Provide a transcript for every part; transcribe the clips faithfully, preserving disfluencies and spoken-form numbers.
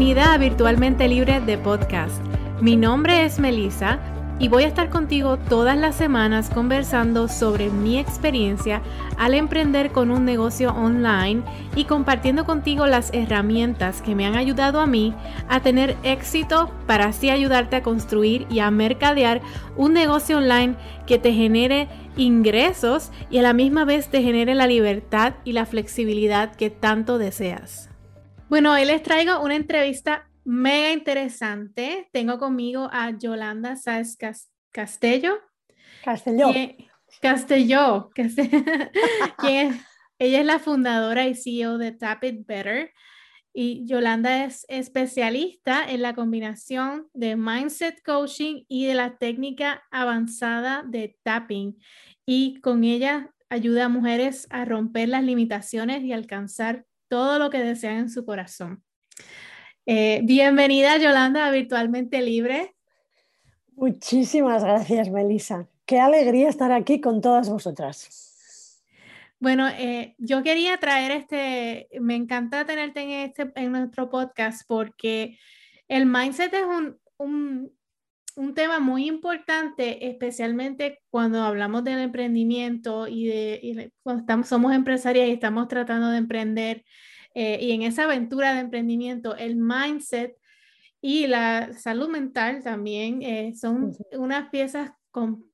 Bienvenida a Virtualmente Libre de Podcast. Mi nombre es Melissa y voy a estar contigo todas las semanas conversando sobre mi experiencia al emprender con un negocio online y compartiendo contigo las herramientas que me han ayudado a mí a tener éxito para así ayudarte a construir y a mercadear un negocio online que te genere ingresos y a la misma vez te genere la libertad y la flexibilidad que tanto deseas. Bueno, hoy les traigo una entrevista mega interesante. Tengo conmigo a Yolanda Sáez Castelló. Castelló. Quien, Castelló. Castelló quien es, ella es la fundadora y C E O de Tap It Better. Y Yolanda es especialista en la combinación de Mindset Coaching y de la técnica avanzada de tapping. Y con ella ayuda a mujeres a romper las limitaciones y alcanzar todo lo que desean en su corazón. Eh, bienvenida, Yolanda, a Virtualmente Libre. Muchísimas gracias, Melissa. Qué alegría estar aquí con todas vosotras. Bueno, eh, yo quería traer este, me encanta tenerte en, este, en nuestro podcast porque el mindset es un, un, un tema muy importante, especialmente cuando hablamos del emprendimiento y de y cuando estamos, somos empresarias y estamos tratando de emprender. Eh, y en esa aventura de emprendimiento, el mindset y la salud mental también eh, son unas piezas con,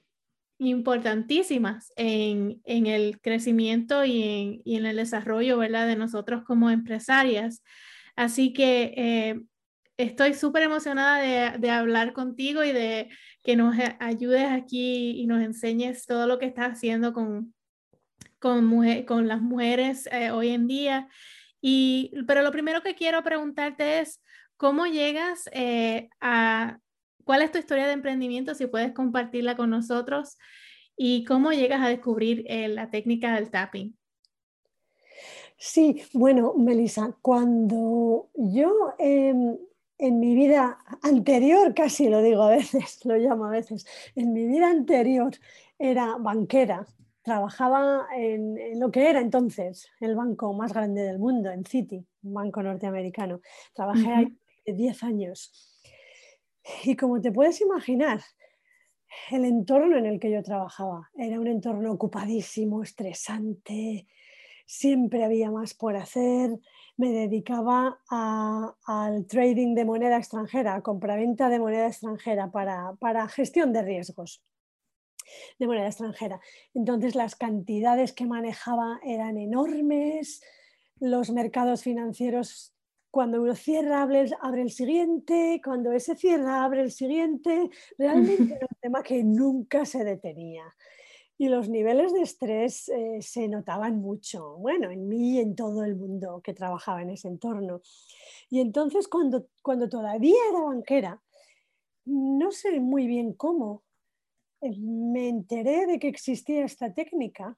importantísimas en, en el crecimiento y en, y en el desarrollo, ¿verdad?, de nosotros como empresarias. Así que eh, estoy súper emocionada de, de hablar contigo y de que nos ayudes aquí y nos enseñes todo lo que estás haciendo con, con, mujer, con las mujeres eh, hoy en día. Y, pero lo primero que quiero preguntarte es, ¿cómo llegas eh, a, cuál es tu historia de emprendimiento, si puedes compartirla con nosotros, y cómo llegas a descubrir eh, la técnica del tapping? Sí, bueno, Melissa, cuando yo eh, en mi vida anterior, casi lo digo a veces, lo llamo a veces, en mi vida anterior era banquera. Trabajaba en, en lo que era entonces el banco más grande del mundo, en Citi, un banco norteamericano. Trabajé ahí Uh-huh. diez años. Y como te puedes imaginar, el entorno en el que yo trabajaba era un entorno ocupadísimo, estresante, siempre había más por hacer. Me dedicaba a, al trading de moneda extranjera, a compraventa de moneda extranjera para, para gestión de riesgos de moneda extranjera. Entonces las cantidades que manejaba eran enormes, los mercados financieros, cuando uno cierra, abre, abre el siguiente, cuando ese cierra, abre el siguiente. Realmente era un tema que nunca se detenía. Y los niveles de estrés eh, se notaban mucho, bueno, en mí y en todo el mundo que trabajaba en ese entorno. Y entonces cuando, cuando todavía era banquera, no sé muy bien cómo, eh, me enteré de que existía esta técnica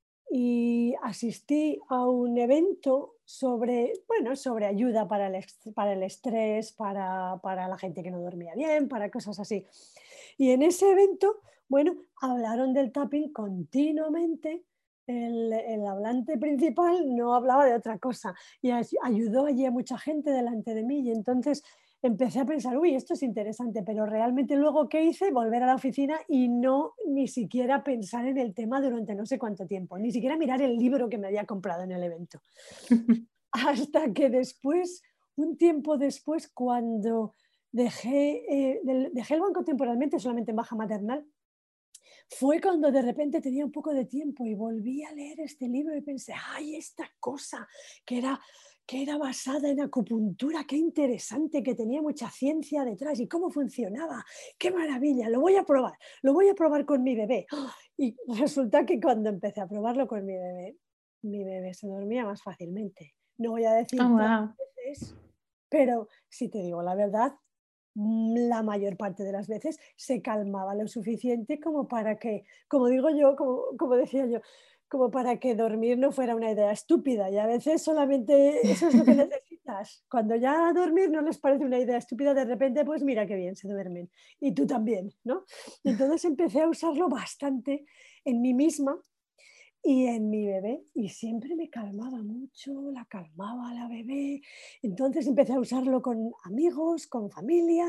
y asistí a un evento sobre, bueno, sobre ayuda para el, para el estrés, para, para la gente que no dormía bien, para cosas así. Y en ese evento, bueno, hablaron del tapping continuamente. El, el hablante principal no hablaba de otra cosa y ayudó allí a mucha gente delante de mí. Y entonces empecé a pensar, uy, esto es interesante, pero realmente luego, ¿qué hice? Volver a la oficina y no ni siquiera pensar en el tema durante no sé cuánto tiempo, ni siquiera mirar el libro que me había comprado en el evento. Hasta que después, un tiempo después, cuando dejé, eh, dejé el banco temporalmente, solamente en baja maternal, fue cuando de repente tenía un poco de tiempo y volví a leer este libro y pensé, ¡ay, esta cosa que era, que era basada en acupuntura, qué interesante, que tenía mucha ciencia detrás y cómo funcionaba! ¡Qué maravilla! Lo voy a probar, lo voy a probar con mi bebé. Y resulta que cuando empecé a probarlo con mi bebé, mi bebé se dormía más fácilmente. No voy a decir Oh, todas wow. las veces, pero si te digo la verdad, la mayor parte de las veces se calmaba lo suficiente como para que, como digo yo, como, como decía yo, como para que dormir no fuera una idea estúpida. Y a veces solamente eso es lo que necesitas. Cuando ya dormir no les parece una idea estúpida, de repente, pues mira qué bien se duermen. Y tú también, ¿no? Y entonces empecé a usarlo bastante en mí misma. y en mi bebé, y siempre me calmaba mucho, la calmaba a la bebé. Entonces empecé a usarlo con amigos, con familia,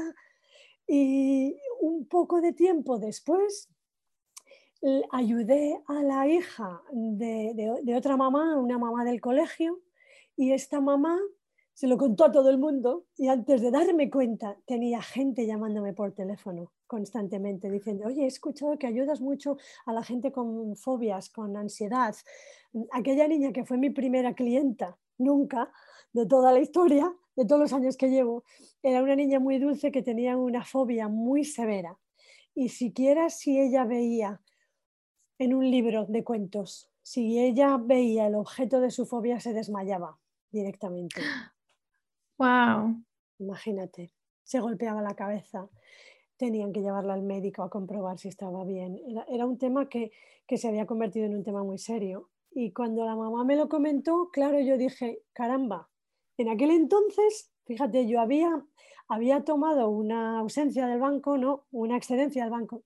y un poco de tiempo después l- ayudé a la hija de, de- de otra mamá, una mamá del colegio, y esta mamá se lo contó a todo el mundo y antes de darme cuenta tenía gente llamándome por teléfono constantemente diciendo, oye, he escuchado que ayudas mucho a la gente con fobias, con ansiedad. Aquella niña que fue mi primera clienta, nunca, de toda la historia, de todos los años que llevo, era una niña muy dulce que tenía una fobia muy severa. Y siquiera si ella veía en un libro de cuentos, si ella veía el objeto de su fobia, se desmayaba directamente. Wow. Imagínate, se golpeaba la cabeza, tenían que llevarla al médico a comprobar si estaba bien. Era, era un tema que, que se había convertido en un tema muy serio. Y cuando la mamá me lo comentó, claro, yo dije, caramba, en aquel entonces, fíjate, yo había, había tomado una ausencia del banco, no, una excedencia del banco.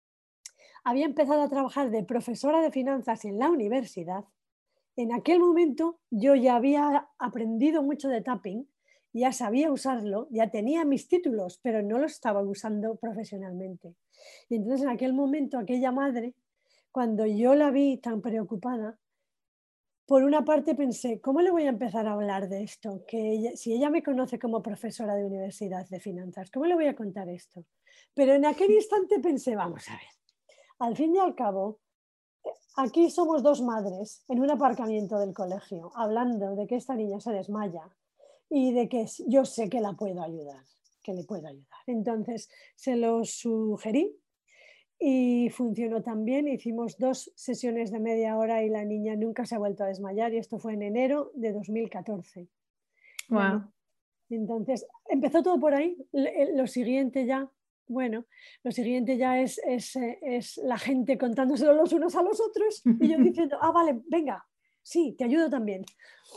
Había empezado a trabajar de profesora de finanzas en la universidad. En aquel momento yo ya había aprendido mucho de tapping, ya sabía usarlo, ya tenía mis títulos, pero no los estaba usando profesionalmente. Y entonces en aquel momento aquella madre, cuando yo la vi tan preocupada, por una parte pensé, ¿cómo le voy a empezar a hablar de esto? Que ella- si ella me conoce como profesora de universidad de finanzas, ¿cómo le voy a contar esto? Pero en aquel instante pensé, vamos a ver, al fin y al cabo, aquí somos dos madres en un aparcamiento del colegio hablando de que esta niña se desmaya y de que yo sé que la puedo ayudar, que le puedo ayudar. Entonces se lo sugerí y funcionó tan bien. Hicimos dos sesiones de media hora y la niña nunca se ha vuelto a desmayar y esto fue en enero de dos mil catorce. Wow. Entonces, empezó todo por ahí. Le- Lo siguiente ya, bueno, lo siguiente ya es, es, eh, es la gente contándoselo los unos a los otros y yo diciendo, ah, vale, venga, sí, te ayudo también.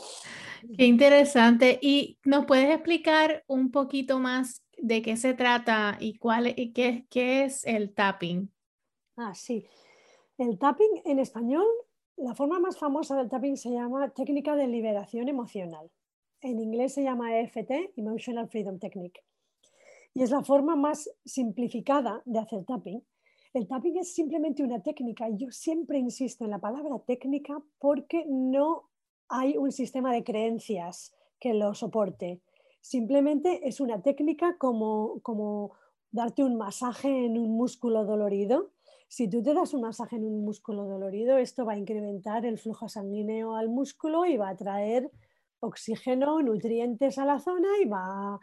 Qué interesante. ¿Y nos puedes explicar un poquito más de qué se trata y cuál y qué, qué es el tapping? Ah, sí. El tapping en español, la forma más famosa del tapping se llama técnica de liberación emocional. En inglés se llama E F T, Emotional Freedom Technique. Y es la forma más simplificada de hacer tapping. El tapping es simplemente una técnica. Yo siempre insisto en la palabra técnica porque no hay un sistema de creencias que lo soporte. Simplemente es una técnica como, como darte un masaje en un músculo dolorido. Si tú te das un masaje en un músculo dolorido, esto va a incrementar el flujo sanguíneo al músculo y va a traer oxígeno, nutrientes a la zona y va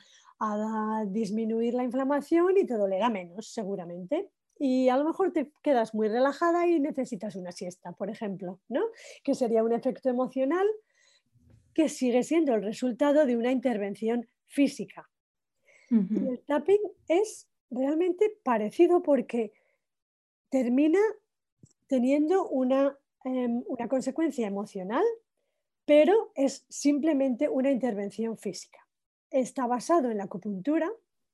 a disminuir la inflamación y te dolerá menos, seguramente. Y a lo mejor te quedas muy relajada y necesitas una siesta, por ejemplo, ¿no? Que sería un efecto emocional que sigue siendo el resultado de una intervención física. Y Ujú. el tapping es realmente parecido porque termina teniendo una, eh, una consecuencia emocional, pero es simplemente una intervención física. Está basado en la acupuntura.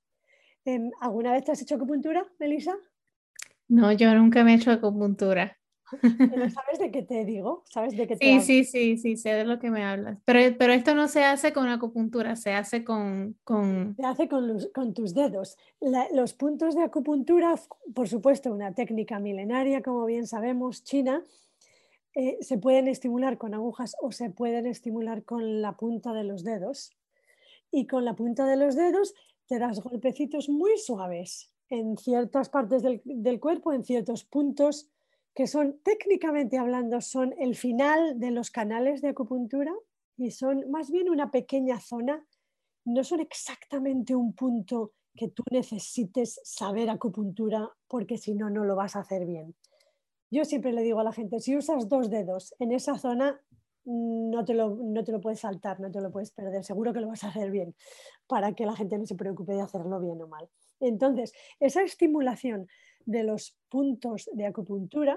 Em, ¿Alguna vez te has hecho acupuntura, Melissa? No, yo nunca me he hecho acupuntura. Pero ¿sabes de qué te digo? ¿Sabes de qué te Sí, hablo? sí, sí, sí, sé de lo que me hablas. Pero, pero esto no se hace con acupuntura, se hace con, con... Se hace con, los- con tus dedos. La- los puntos de acupuntura, f- por supuesto, una técnica milenaria, como bien sabemos, china, eh, se pueden estimular con agujas o se pueden estimular con la punta de los dedos. Y con la punta de los dedos te das golpecitos muy suaves en ciertas partes del, del cuerpo, en ciertos puntos que son, técnicamente hablando, son el final de los canales de acupuntura y son más bien una pequeña zona, no son exactamente un punto que tú necesites saber acupuntura porque si no, no lo vas a hacer bien. Yo siempre le digo a la gente, si usas dos dedos en esa zona, no te, lo, no te lo puedes saltar, no te lo puedes perder, seguro que lo vas a hacer bien, para que la gente no se preocupe de hacerlo bien o mal. Entonces, esa estimulación de los puntos de acupuntura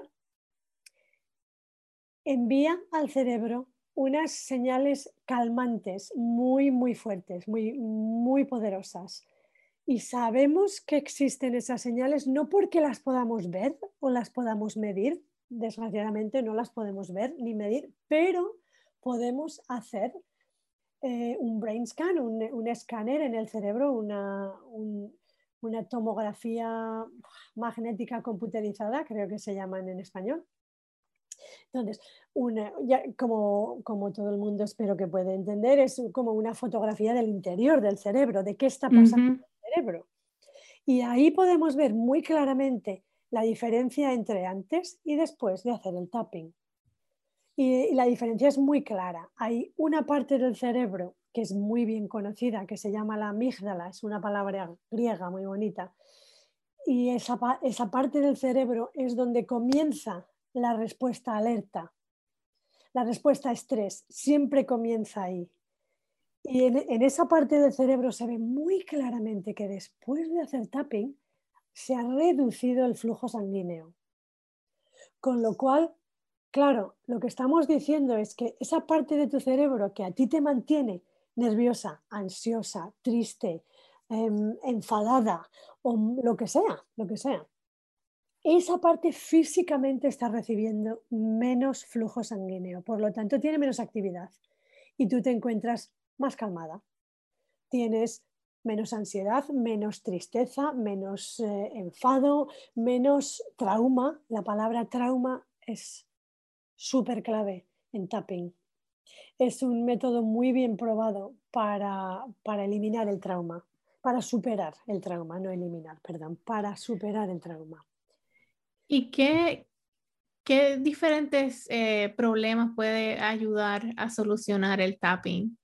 envía al cerebro unas señales calmantes muy, muy fuertes, muy, muy poderosas. Y sabemos que existen esas señales no porque las podamos ver o las podamos medir. desgraciadamente no las podemos ver ni medir, pero podemos hacer eh, un brain scan, un, un escáner en el cerebro, una, un, una tomografía magnética computerizada, creo que se llaman en español. Entonces, una, ya, como, como todo el mundo espero que puede entender, es como una fotografía del interior del cerebro, de qué está pasando Ujú. en el cerebro. Y ahí podemos ver muy claramente la diferencia entre antes y después de hacer el tapping. Y, y la diferencia es muy clara. Hay una parte del cerebro que es muy bien conocida, que se llama la amígdala, es una palabra griega muy bonita. Y esa, esa parte del cerebro es donde comienza la respuesta alerta. La respuesta a estrés siempre comienza ahí. Y en, en esa parte del cerebro se ve muy claramente que después de hacer tapping se ha reducido el flujo sanguíneo. Con lo cual, claro, lo que estamos diciendo es que esa parte de tu cerebro que a ti te mantiene nerviosa, ansiosa, triste, eh, enfadada o lo que sea, lo que sea, esa parte físicamente está recibiendo menos flujo sanguíneo, por lo tanto tiene menos actividad y tú te encuentras más calmada. Tienes menos ansiedad, menos tristeza, menos eh, enfado, menos trauma. La palabra trauma es súper clave en tapping. Es un método muy bien probado para, para eliminar el trauma, para superar el trauma, no eliminar, perdón, para superar el trauma. ¿Y qué, qué diferentes eh, problemas puede ayudar a solucionar el tapping?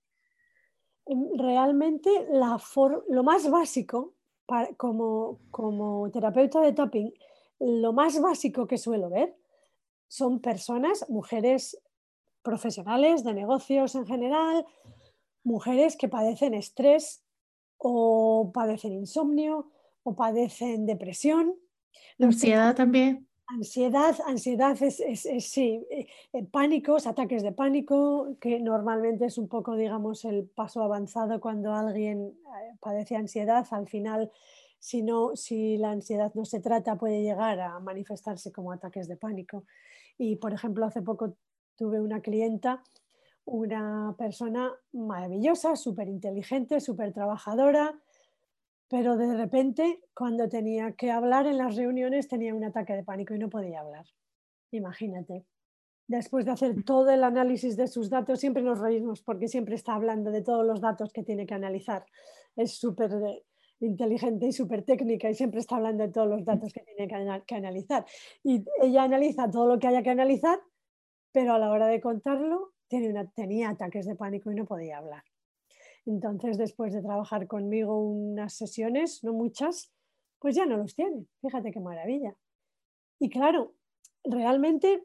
Realmente la for, lo más básico, para, como, como terapeuta de tapping, lo más básico que suelo ver son personas, mujeres profesionales de negocios en general, mujeres que padecen estrés o padecen insomnio o padecen depresión. Los Ansiedad también. Ansiedad, ansiedad es, es, es sí, eh, eh, pánicos, ataques de pánico, que normalmente es un poco, digamos, el paso avanzado cuando alguien eh, padece ansiedad. Al final, si, no, si la ansiedad no se trata, puede llegar a manifestarse como ataques de pánico. Y, por ejemplo, hace poco tuve una clienta, una persona maravillosa, súper inteligente, súper trabajadora, pero de repente, cuando tenía que hablar en las reuniones, tenía un ataque de pánico y no podía hablar. Imagínate. Después de hacer todo el análisis de sus datos, siempre nos reímos porque siempre está hablando de todos los datos que tiene que analizar. Es súper eh, inteligente y súper técnica y siempre está hablando de todos los datos que tiene que, ana- que analizar. Y ella analiza todo lo que haya que analizar, pero a la hora de contarlo tiene una, tenía ataques de pánico y no podía hablar. Entonces, después de trabajar conmigo unas sesiones, no muchas, pues ya no los tiene. Fíjate qué maravilla. Y claro, realmente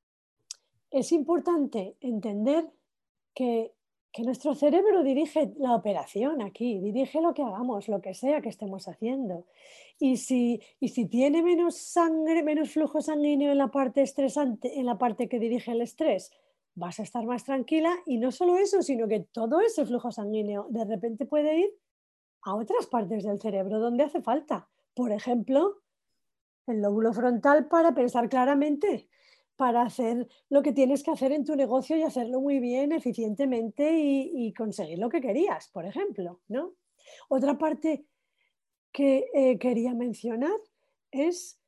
es importante entender que, que nuestro cerebro dirige la operación aquí, dirige lo que hagamos, lo que sea que estemos haciendo. Y si, y si tiene menos sangre, menos flujo sanguíneo en la parte estresante, en la parte que dirige el estrés, vas a estar más tranquila y no solo eso, sino que todo ese flujo sanguíneo de repente puede ir a otras partes del cerebro donde hace falta. Por ejemplo, el lóbulo frontal para pensar claramente, para hacer lo que tienes que hacer en tu negocio y hacerlo muy bien, eficientemente y, y conseguir lo que querías, por ejemplo, ¿no? Otra parte que eh, quería mencionar es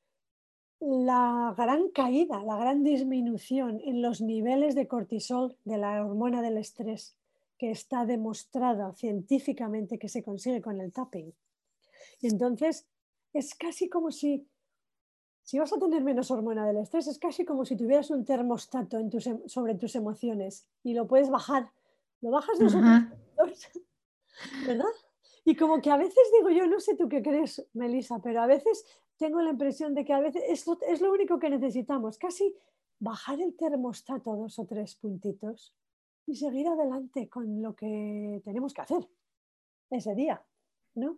la gran caída, la gran disminución en los niveles de cortisol, de la hormona del estrés, que está demostrado científicamente que se consigue con el tapping. Y entonces es casi como si, si vas a tener menos hormona del estrés, es casi como si tuvieras un termostato en tus, sobre tus emociones y lo puedes bajar. Lo bajas dos o tres Ajá. puntos, ¿verdad? Y como que a veces digo yo, no sé tú qué crees, Melissa, pero a veces tengo la impresión de que a veces es lo, es lo único que necesitamos, casi bajar el termostato dos o tres puntitos y seguir adelante con lo que tenemos que hacer ese día, ¿no?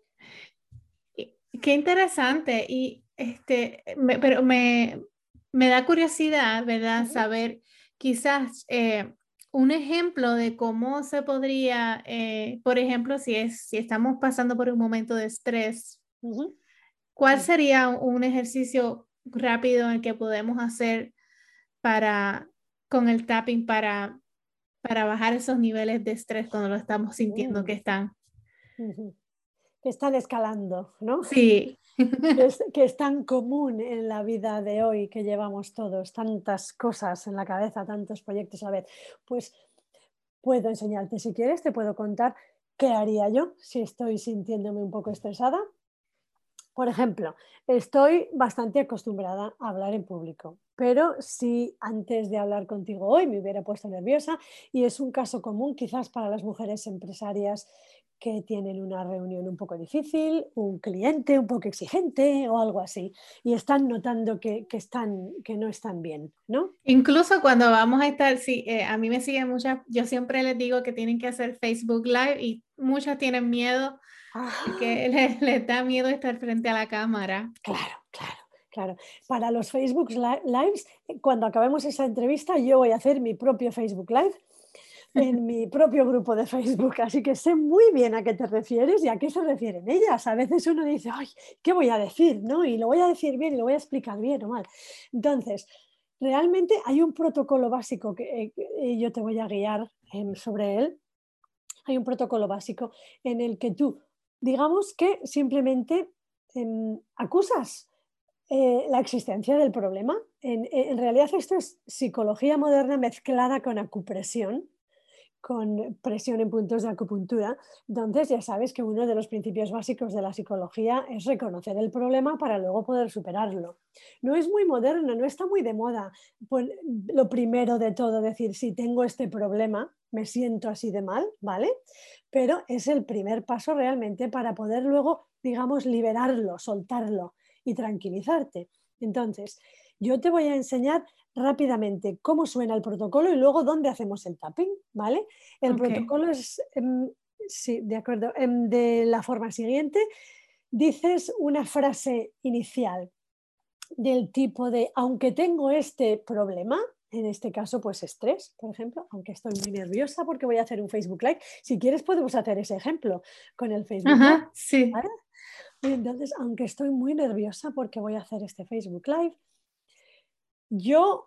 Y- Qué interesante. Y este, me- pero me, me da curiosidad, ¿verdad? Ujú, Saber quizás eh, un ejemplo de cómo se podría, eh, por ejemplo, si es, si estamos pasando por un momento de estrés, ujú, ¿cuál ujú. sería un ejercicio rápido en que podemos hacer para, con el tapping para, para bajar esos niveles de estrés cuando lo estamos sintiendo Mm, que están. ujú. Que están escalando, ¿no? Sí. Que es, que es tan común en la vida de hoy que llevamos todos, tantas cosas en la cabeza, tantos proyectos a la vez. Pues puedo enseñarte, si quieres, te puedo contar qué haría yo si estoy sintiéndome un poco estresada. Por ejemplo, estoy bastante acostumbrada a hablar en público, pero si antes de hablar contigo hoy me hubiera puesto nerviosa, y es un caso común quizás para las mujeres empresarias que tienen una reunión un poco difícil, un cliente un poco exigente o algo así, y están notando que, que están, que no están bien, ¿no? Incluso cuando vamos a estar, sí, eh, a mí me siguen muchas, yo siempre les digo que tienen que hacer Facebook Live y muchas tienen miedo Ah, porque les, les da miedo estar frente a la cámara. claro, claro, claro. Para los Facebook Li- Lives, eh, cuando acabemos esa entrevista, yo voy a hacer mi propio Facebook Live en mi propio grupo de Facebook, así que sé muy bien a qué te refieres y a qué se refieren ellas. A veces uno dice, ay, ¿qué voy a decir? ¿No? Y lo voy a decir bien y lo voy a explicar bien o mal. Entonces, realmente hay un protocolo básico que eh, que yo te voy a guiar em, sobre él. Hay un protocolo básico en el que tú, digamos que simplemente em, acusas eh, la existencia del problema. En, en realidad esto es psicología moderna mezclada con acupresión, con presión en puntos de acupuntura. Entonces, ya sabes que uno de los principios básicos de la psicología es reconocer el problema para luego poder superarlo. No es muy moderno, no está muy de moda. Pues, lo primero de todo, decir, si tengo este problema, me siento así de mal, ¿vale? Pero es el primer paso realmente para poder luego, digamos, liberarlo, soltarlo y tranquilizarte. Entonces, yo te voy a enseñar rápidamente cómo suena el protocolo y luego dónde hacemos el tapping, ¿vale? El Ok, protocolo es, em, sí, de acuerdo, em, de la forma siguiente. Dices una frase inicial del tipo de, aunque tengo este problema, en este caso, pues estrés, por ejemplo, aunque estoy muy nerviosa porque voy a hacer un Facebook Live. Si quieres, podemos hacer ese ejemplo con el Facebook Live, ajá, sí. ¿vale? Y entonces, aunque estoy muy nerviosa porque voy a hacer este Facebook Live, yo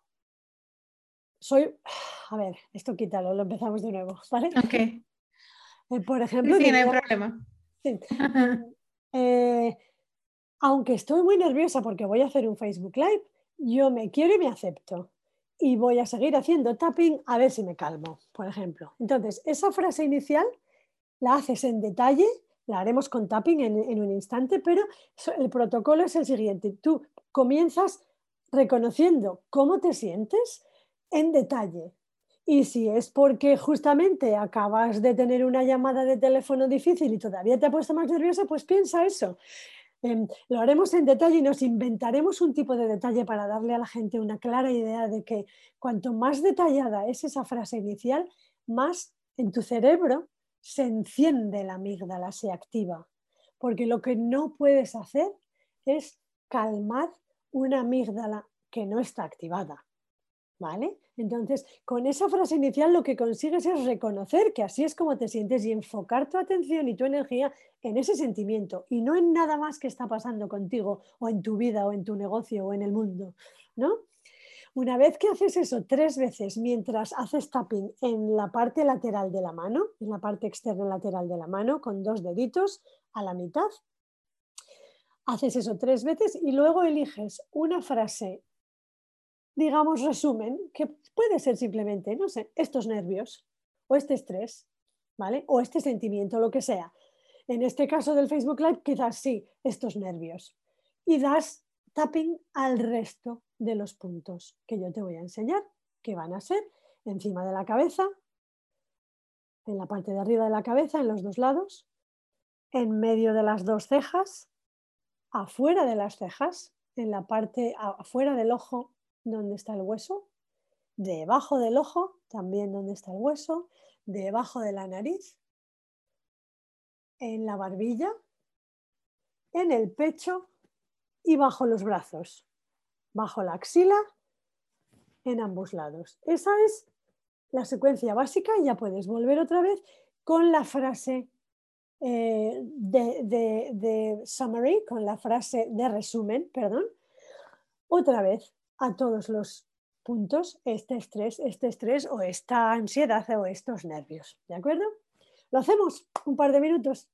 soy, a ver, esto quítalo, lo empezamos de nuevo, ¿vale? Ok, Eh, por sí, ejemplo, sí, no hay diríamos, problema. sí, mm, eh, aunque estoy muy nerviosa porque voy a hacer un Facebook Live, yo me quiero y me acepto. Y voy a seguir haciendo tapping a ver si me calmo, por ejemplo. Entonces, esa frase inicial la haces en detalle, la haremos con tapping en, en un instante, pero so- el protocolo es el siguiente. Tú comienzas reconociendo cómo te sientes en detalle. Y si es porque justamente acabas de tener una llamada de teléfono difícil y todavía te ha puesto más nerviosa, pues piensa eso. Em, lo haremos en detalle y nos inventaremos un tipo de detalle para darle a la gente una clara idea de que cuanto más detallada es esa frase inicial, más en tu cerebro se enciende la amígdala, se activa. Porque lo que no puedes hacer es calmar una amígdala que no está activada. ¿Vale? Entonces, con esa frase inicial lo que consigues es reconocer que así es como te sientes y enfocar tu atención y tu energía en ese sentimiento y no en nada más que está pasando contigo o en tu vida o en tu negocio o en el mundo, ¿no? Una vez que haces eso tres veces mientras haces tapping en la parte lateral de la mano, en la parte externa lateral de la mano, con dos deditos a la mitad, haces eso tres veces y luego eliges una frase, digamos, resumen, que puede ser simplemente, no sé, estos nervios o este estrés, ¿vale? O este sentimiento, lo que sea. En este caso del Facebook Live, quizás sí, estos nervios. Y das tapping al resto de los puntos que yo te voy a enseñar, que van a ser encima de la cabeza, en la parte de arriba de la cabeza, en los dos lados, en medio de las dos cejas, afuera de las cejas, en la parte afuera del ojo donde está el hueso, debajo del ojo, también donde está el hueso, debajo de la nariz, en la barbilla, en el pecho y bajo los brazos, bajo la axila, en ambos lados. Esa es la secuencia básica y ya puedes volver otra vez con la frase eh, de, de, de summary, con la frase de resumen, perdón, otra vez a todos los puntos este estrés, este estrés o esta ansiedad o estos nervios. ¿De acuerdo? Lo hacemos un par de minutos.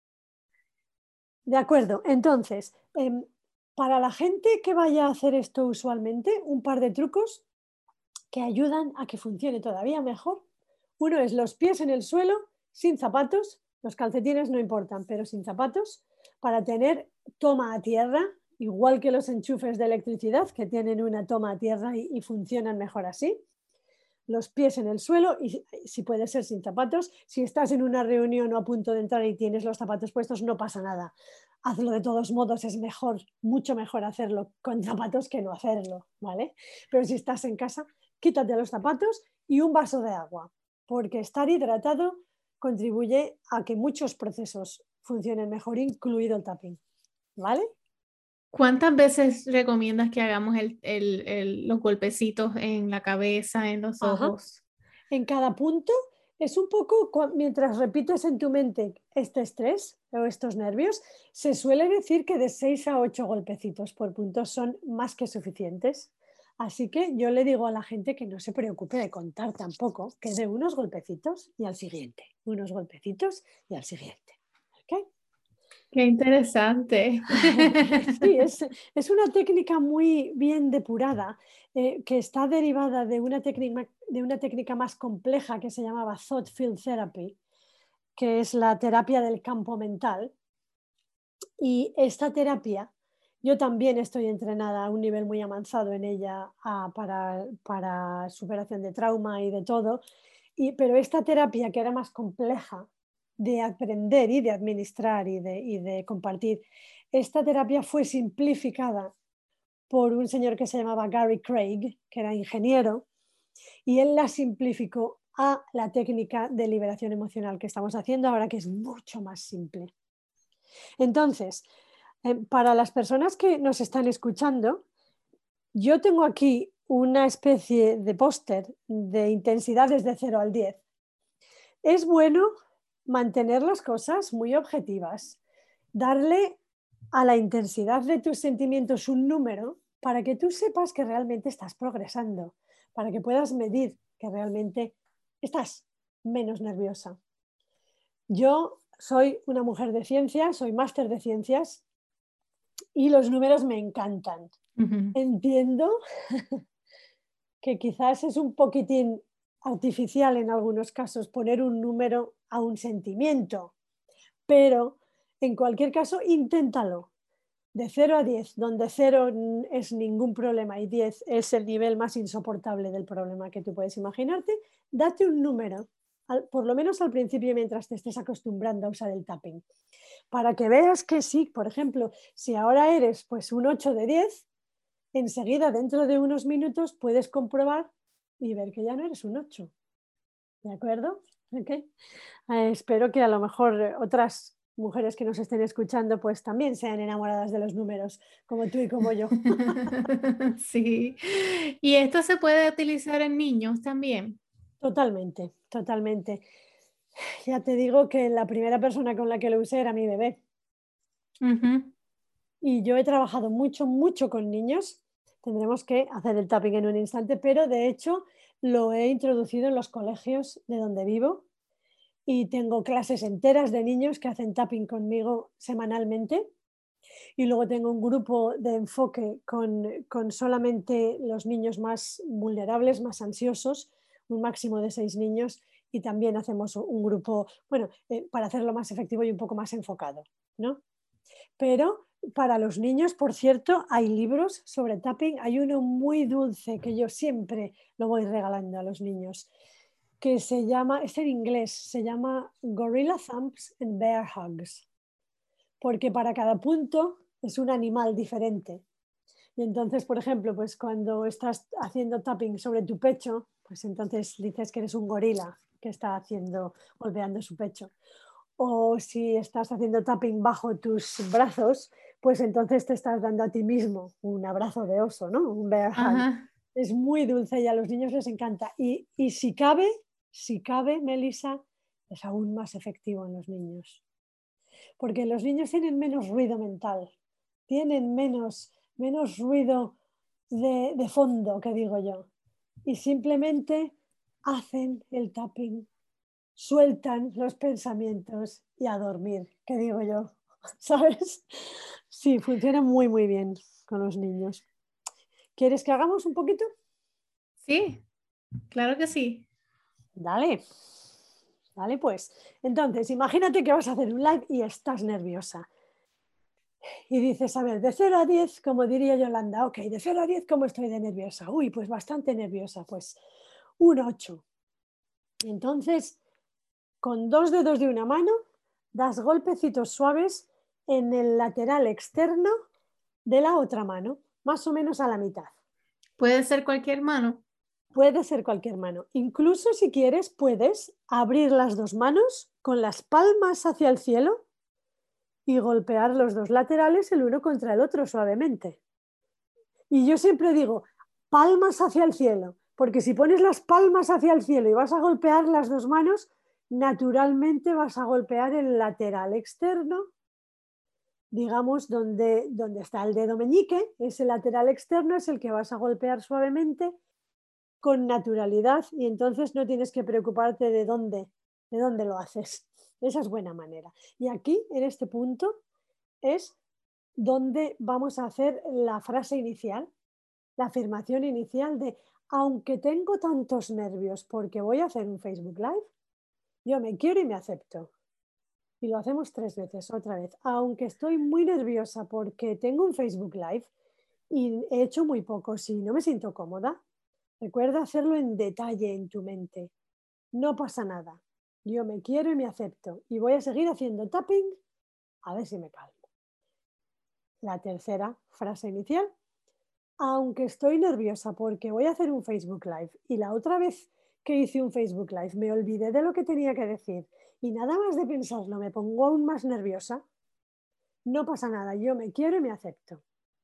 De acuerdo. Entonces, eh, para la gente que vaya a hacer esto usualmente, un par de trucos que ayudan a que funcione todavía mejor. Uno es los pies en el suelo, sin zapatos, los calcetines no importan, pero sin zapatos, para tener toma a tierra, igual que los enchufes de electricidad, que tienen una toma a tierra y, y funcionan mejor así. Los pies en el suelo y si puede ser sin zapatos. Si estás en una reunión o a punto de entrar y tienes los zapatos puestos, no pasa nada. Hazlo de todos modos, es mejor, mucho mejor hacerlo con zapatos que no hacerlo, ¿vale? Pero si estás en casa, quítate los zapatos y un vaso de agua, porque estar hidratado contribuye a que muchos procesos funcionen mejor, incluido el tapping, ¿vale? ¿Cuántas veces recomiendas que hagamos el, el, el, los golpecitos en la cabeza, en los Ajá. ojos? En cada punto es un poco, mientras repites en tu mente este estrés o estos nervios, se suele decir que de seis a ocho golpecitos por punto son más que suficientes. Así que yo le digo a la gente que no se preocupe de contar tampoco, que dé unos golpecitos y al siguiente, unos golpecitos y al siguiente. ¿Okay? Qué interesante. Sí, es, es una técnica muy bien depurada, eh, que está derivada de una técnica, de una técnica más compleja que se llamaba Thought Field Therapy, que es la terapia del campo mental. Y esta terapia, yo también estoy entrenada a un nivel muy avanzado en ella, ah, para, para superación de trauma y de todo, y, pero esta terapia que era más compleja de aprender y de administrar y de, y de compartir, esta terapia fue simplificada por un señor que se llamaba Gary Craig, que era ingeniero, y él la simplificó a la técnica de liberación emocional que estamos haciendo ahora, que es mucho más simple. Entonces, eh, para las personas que nos están escuchando, yo tengo aquí una especie de póster de intensidades de cero al diez. Es bueno mantener las cosas muy objetivas, darle a la intensidad de tus sentimientos un número para que tú sepas que realmente estás progresando, para que puedas medir que realmente estás menos nerviosa. Yo soy una mujer de ciencias, soy máster de ciencias y los números me encantan. Uh-huh. Entiendo que quizás es un poquitín artificial en algunos casos poner un número a un sentimiento, pero en cualquier caso inténtalo. De cero a diez, donde cero es ningún problema y diez es el nivel más insoportable del problema que tú puedes imaginarte, date un número, al, por lo menos al principio mientras te estés acostumbrando a usar el tapping, para que veas que sí, por ejemplo, si ahora eres pues un ocho de diez, enseguida dentro de unos minutos puedes comprobar y ver que ya no eres un ocho. ¿De acuerdo? Okay. Eh, espero que a lo mejor otras mujeres que nos estén escuchando pues también sean enamoradas de los números, como tú y como yo. Sí. ¿Y esto se puede utilizar en niños también? Totalmente, totalmente. Ya te digo que la primera persona con la que lo usé era mi bebé. Uh-huh. Y yo he trabajado mucho, mucho con niños. Tendremos que hacer el tapping en un instante, pero de hecho lo he introducido en los colegios de donde vivo y tengo clases enteras de niños que hacen tapping conmigo semanalmente. Y luego tengo un grupo de enfoque con, con solamente los niños más vulnerables, más ansiosos, un máximo de seis niños, y también hacemos un grupo, bueno, eh, para hacerlo más efectivo y un poco más enfocado, ¿no? Pero para los niños, por cierto, hay libros sobre tapping. Hay uno muy dulce que yo siempre lo voy regalando a los niños, que se llama, es en inglés, se llama Gorilla Thumps and Bear Hugs, porque para cada punto es un animal diferente. Y entonces, por ejemplo, pues cuando estás haciendo tapping sobre tu pecho, pues entonces dices que eres un gorila que está haciendo, golpeando su pecho. O si estás haciendo tapping bajo tus brazos, pues entonces te estás dando a ti mismo un abrazo de oso, ¿no? Un bear hug. Ajá. Es muy dulce y a los niños les encanta. Y, y si cabe, si cabe, Melissa, es aún más efectivo en los niños. Porque los niños tienen menos ruido mental, tienen menos, menos ruido de, de fondo, que digo yo. Y simplemente hacen el tapping, sueltan los pensamientos y a dormir, que digo yo, ¿sabes? Sí, funciona muy, muy bien con los niños. ¿Quieres que hagamos un poquito? Sí, claro que sí. Dale, dale pues. Entonces, imagínate que vas a hacer un live y estás nerviosa. Y dices, a ver, de cero a diez, como diría Yolanda, ok, de cero a diez, ¿cómo estoy de nerviosa? Uy, pues bastante nerviosa, pues un ocho. Entonces, con dos dedos de una mano, das golpecitos suaves en el lateral externo de la otra mano, más o menos a la mitad. Puede ser cualquier mano. Puede ser cualquier mano. Incluso si quieres, puedes abrir las dos manos con las palmas hacia el cielo y golpear los dos laterales el uno contra el otro suavemente. Y yo siempre digo, palmas hacia el cielo, porque si pones las palmas hacia el cielo y vas a golpear las dos manos, naturalmente vas a golpear el lateral externo, digamos, donde, donde está el dedo meñique, ese lateral externo es el que vas a golpear suavemente con naturalidad y entonces no tienes que preocuparte de dónde, de dónde lo haces. Esa es buena manera. Y aquí, en este punto, es donde vamos a hacer la frase inicial, la afirmación inicial de, aunque tengo tantos nervios porque voy a hacer un Facebook Live, yo me quiero y me acepto. Y lo hacemos tres veces, otra vez. Aunque estoy muy nerviosa porque tengo un Facebook Live y he hecho muy poco, si no me siento cómoda, recuerda hacerlo en detalle en tu mente. No pasa nada. Yo me quiero y me acepto. Y voy a seguir haciendo tapping a ver si me calmo. La tercera frase inicial. Aunque estoy nerviosa porque voy a hacer un Facebook Live y la otra vez que hice un Facebook Live me olvidé de lo que tenía que decir y nada más de pensarlo me pongo aún más nerviosa, no pasa nada, yo me quiero y me acepto.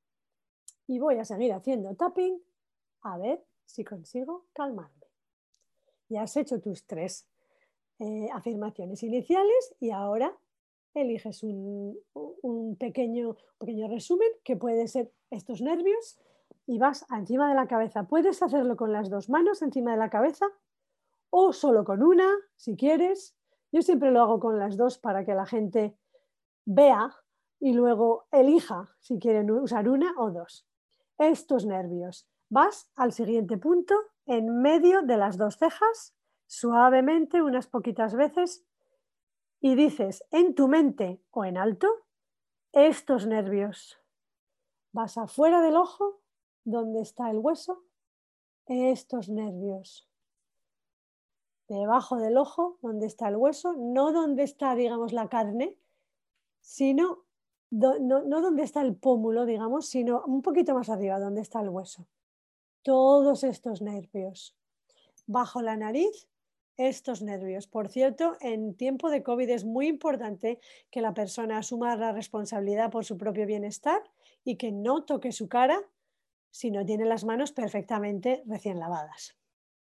Y voy a seguir haciendo tapping a ver si consigo calmarme. Ya has hecho tus tres eh, afirmaciones iniciales y ahora eliges un, un pequeño, pequeño resumen que puede ser estos nervios y vas encima de la cabeza. Puedes hacerlo con las dos manos encima de la cabeza o solo con una, si quieres. Yo siempre lo hago con las dos para que la gente vea y luego elija si quieren usar una o dos. Estos nervios. Vas al siguiente punto, en medio de las dos cejas, suavemente, unas poquitas veces, y dices en tu mente o en alto, estos nervios. Vas afuera del ojo, donde está el hueso, estos nervios. Debajo del ojo, donde está el hueso, no donde está, digamos, la carne, sino, do, no, no donde está el pómulo, digamos, sino un poquito más arriba, donde está el hueso. Todos estos nervios. Bajo la nariz, estos nervios. Por cierto, en tiempo de COVID es muy importante que la persona asuma la responsabilidad por su propio bienestar y que no toque su cara si no tiene las manos perfectamente recién lavadas.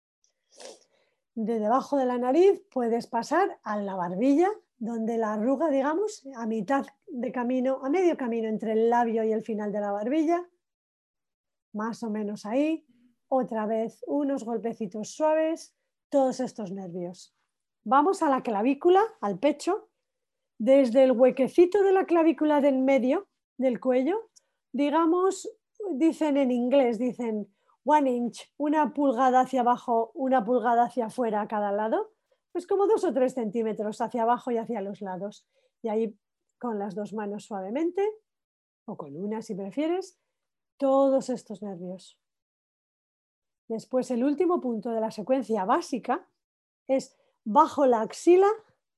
De debajo de la nariz puedes pasar a la barbilla, donde la arruga, digamos, a mitad de camino, a medio camino entre el labio y el final de la barbilla, más o menos ahí. Otra vez unos golpecitos suaves, todos estos nervios. Vamos a la clavícula, al pecho, desde el huequecito de la clavícula del medio del cuello, digamos, dicen en inglés, dicen one inch, una pulgada hacia abajo, una pulgada hacia afuera a cada lado, pues como dos o tres centímetros hacia abajo y hacia los lados. Y ahí con las dos manos suavemente, o con una si prefieres, todos estos nervios. Después, el último punto de la secuencia básica es bajo la axila,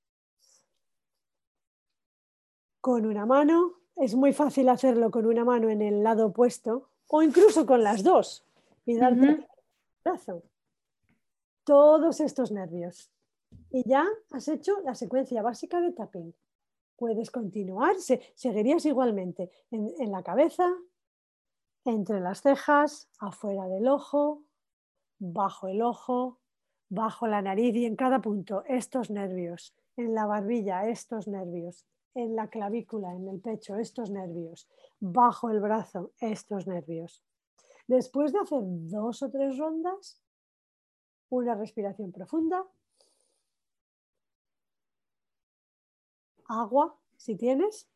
con una mano. Es muy fácil hacerlo con una mano en el lado opuesto o incluso con las dos y darte uh-huh. el brazo. Todos estos nervios. Y ya has hecho la secuencia básica de tapping. Puedes continuar, se, seguirías igualmente en, en la cabeza, entre las cejas, afuera del ojo, bajo el ojo, bajo la nariz y en cada punto estos nervios, en la barbilla estos nervios, en la clavícula, en el pecho estos nervios, bajo el brazo estos nervios. Después de hacer dos o tres rondas, una respiración profunda, agua, si tienes,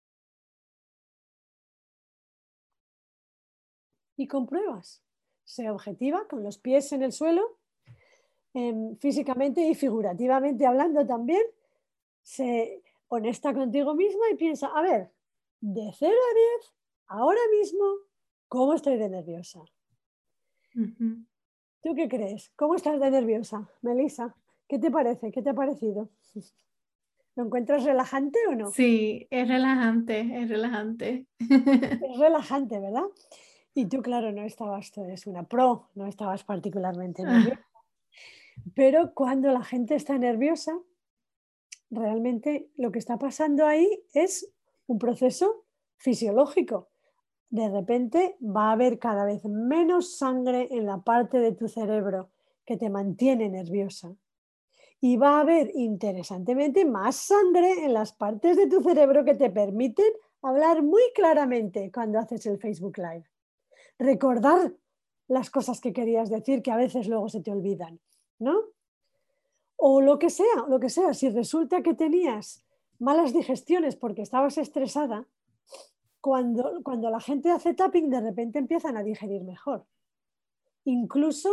y compruebas. Sé objetiva, con los pies en el suelo, eh, físicamente y figurativamente hablando también. Sé honesta contigo misma y piensa, a ver, de cero a diez, ahora mismo, ¿cómo estoy de nerviosa? Ujú. ¿Tú qué crees? ¿Cómo estás de nerviosa, Melissa? ¿Qué te parece? ¿Qué te ha parecido? ¿Lo encuentras relajante o no? Sí, es relajante, es relajante. Es relajante, ¿verdad? Y tú, claro, no estabas, tú eres una pro, no estabas particularmente nerviosa. Ah, Pero cuando la gente está nerviosa, realmente lo que está pasando ahí es un proceso fisiológico. De repente va a haber cada vez menos sangre en la parte de tu cerebro que te mantiene nerviosa. Y va a haber, interesantemente, más sangre en las partes de tu cerebro que te permiten hablar muy claramente cuando haces el Facebook Live. Recordar las cosas que querías decir que a veces luego se te olvidan, ¿no? O lo que sea, lo que sea, si resulta que tenías malas digestiones porque estabas estresada, cuando, cuando la gente hace tapping, de repente empiezan a digerir mejor. Incluso,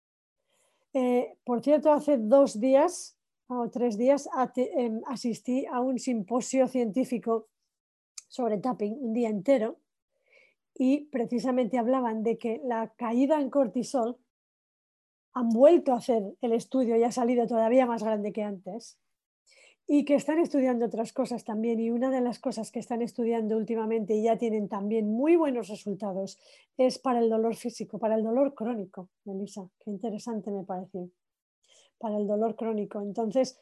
eh, por cierto, hace dos días o tres días eh, asistí a un simposio científico sobre tapping un día entero y precisamente hablaban de que la caída en cortisol, han vuelto a hacer el estudio y ha salido todavía más grande que antes, y que están estudiando otras cosas también. Y una de las cosas que están estudiando últimamente y ya tienen también muy buenos resultados es para el dolor físico, para el dolor crónico, Melissa. Qué interesante me pareció. Para el dolor crónico. Entonces,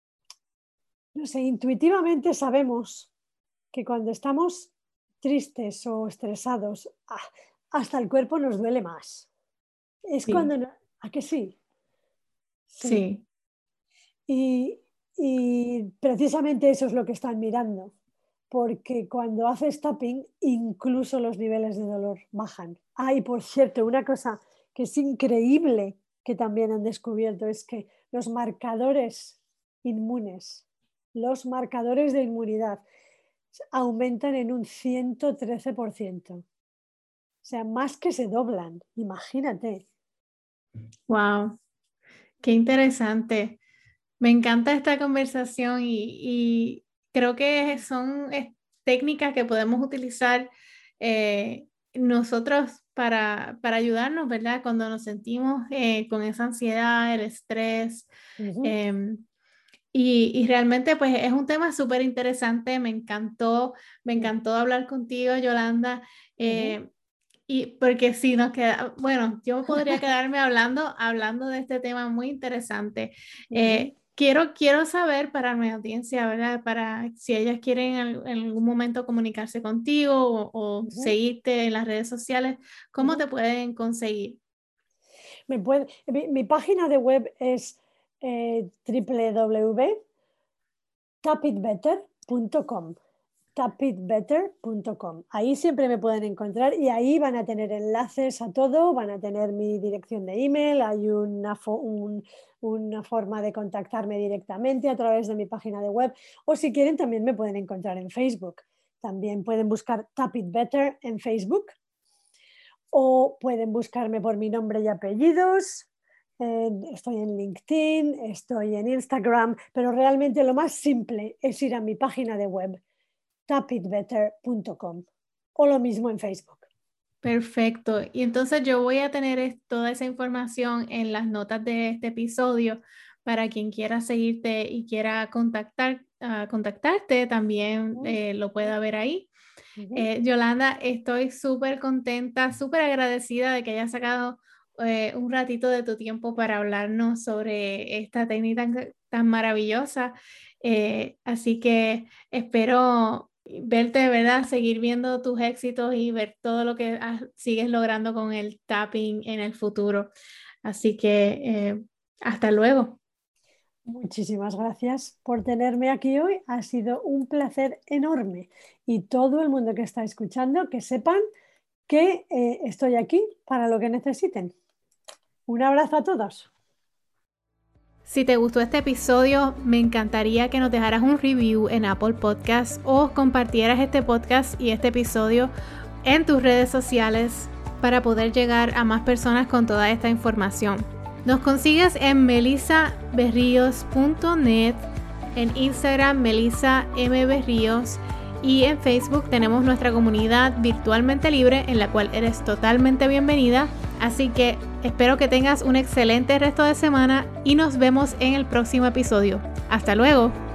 no sé, intuitivamente sabemos que cuando estamos tristes o estresados, ah, hasta el cuerpo nos duele más. Es sí, cuando... No, ¿a que sí? Sí. sí. Y, y precisamente eso es lo que están mirando, porque cuando haces tapping, incluso los niveles de dolor bajan. Ah, y por cierto, una cosa que es increíble que también han descubierto es que los marcadores inmunes, los marcadores de inmunidad, aumentan en un ciento trece por ciento. O sea, más que se doblan, imagínate. Wow, qué interesante. Me encanta esta conversación y, y creo que son eh, técnicas que podemos utilizar eh, nosotros para, para ayudarnos, ¿verdad? Cuando nos sentimos eh, con esa ansiedad, el estrés. Ujú, em, y, y realmente pues es un tema súper interesante. Me encantó, me ujú, encantó hablar contigo, Yolanda. ujú, eh, y porque si nos queda, bueno, yo podría quedarme hablando, hablando de este tema muy interesante. ujú, Eh, quiero, quiero saber para mi audiencia, ¿verdad? Para si ellas quieren en, en algún momento comunicarse contigo o, o ujú, seguirte en las redes sociales, ¿cómo ujú. te pueden conseguir? Me puede, mi, mi página de web es eh, w w w punto tap it better punto com. tap it better punto com. Ahí siempre me pueden encontrar y ahí van a tener enlaces a todo, van a tener mi dirección de email, hay una, fo un, una forma de contactarme directamente a través de mi página de web, o si quieren también me pueden encontrar en Facebook. También pueden buscar Tap It Better en Facebook o pueden buscarme por mi nombre y apellidos. Eh, estoy en LinkedIn, estoy en Instagram, pero realmente lo más simple es ir a mi página de web, tap it better punto com, o lo mismo en Facebook. Perfecto. Y entonces yo voy a tener es- toda esa información en las notas de este episodio para quien quiera seguirte y quiera contactar, ah, contactarte, también eh, lo pueda ver ahí. Uh-huh. Eh, Yolanda, estoy súper contenta, súper agradecida de que hayas sacado eh, un ratito de tu tiempo para hablarnos sobre esta técnica tan, tan maravillosa. Eh, así que espero verte, ¿verdad? Seguir viendo tus éxitos y ver todo lo que has- sigues logrando con el tapping en el futuro. Así que eh, hasta luego. Muchísimas gracias por tenerme aquí hoy. Ha sido un placer enorme. Y todo el mundo que está escuchando, que sepan que eh, estoy aquí para lo que necesiten. Un abrazo a todos. Si te gustó este episodio, me encantaría que nos dejaras un review en Apple Podcasts o compartieras este podcast y este episodio en tus redes sociales para poder llegar a más personas con toda esta información. Nos consigues en melissa berrios punto net, en Instagram melissa m berrios y en Facebook tenemos nuestra comunidad virtualmente libre en la cual eres totalmente bienvenida. Así que espero que tengas un excelente resto de semana y nos vemos en el próximo episodio. ¡Hasta luego!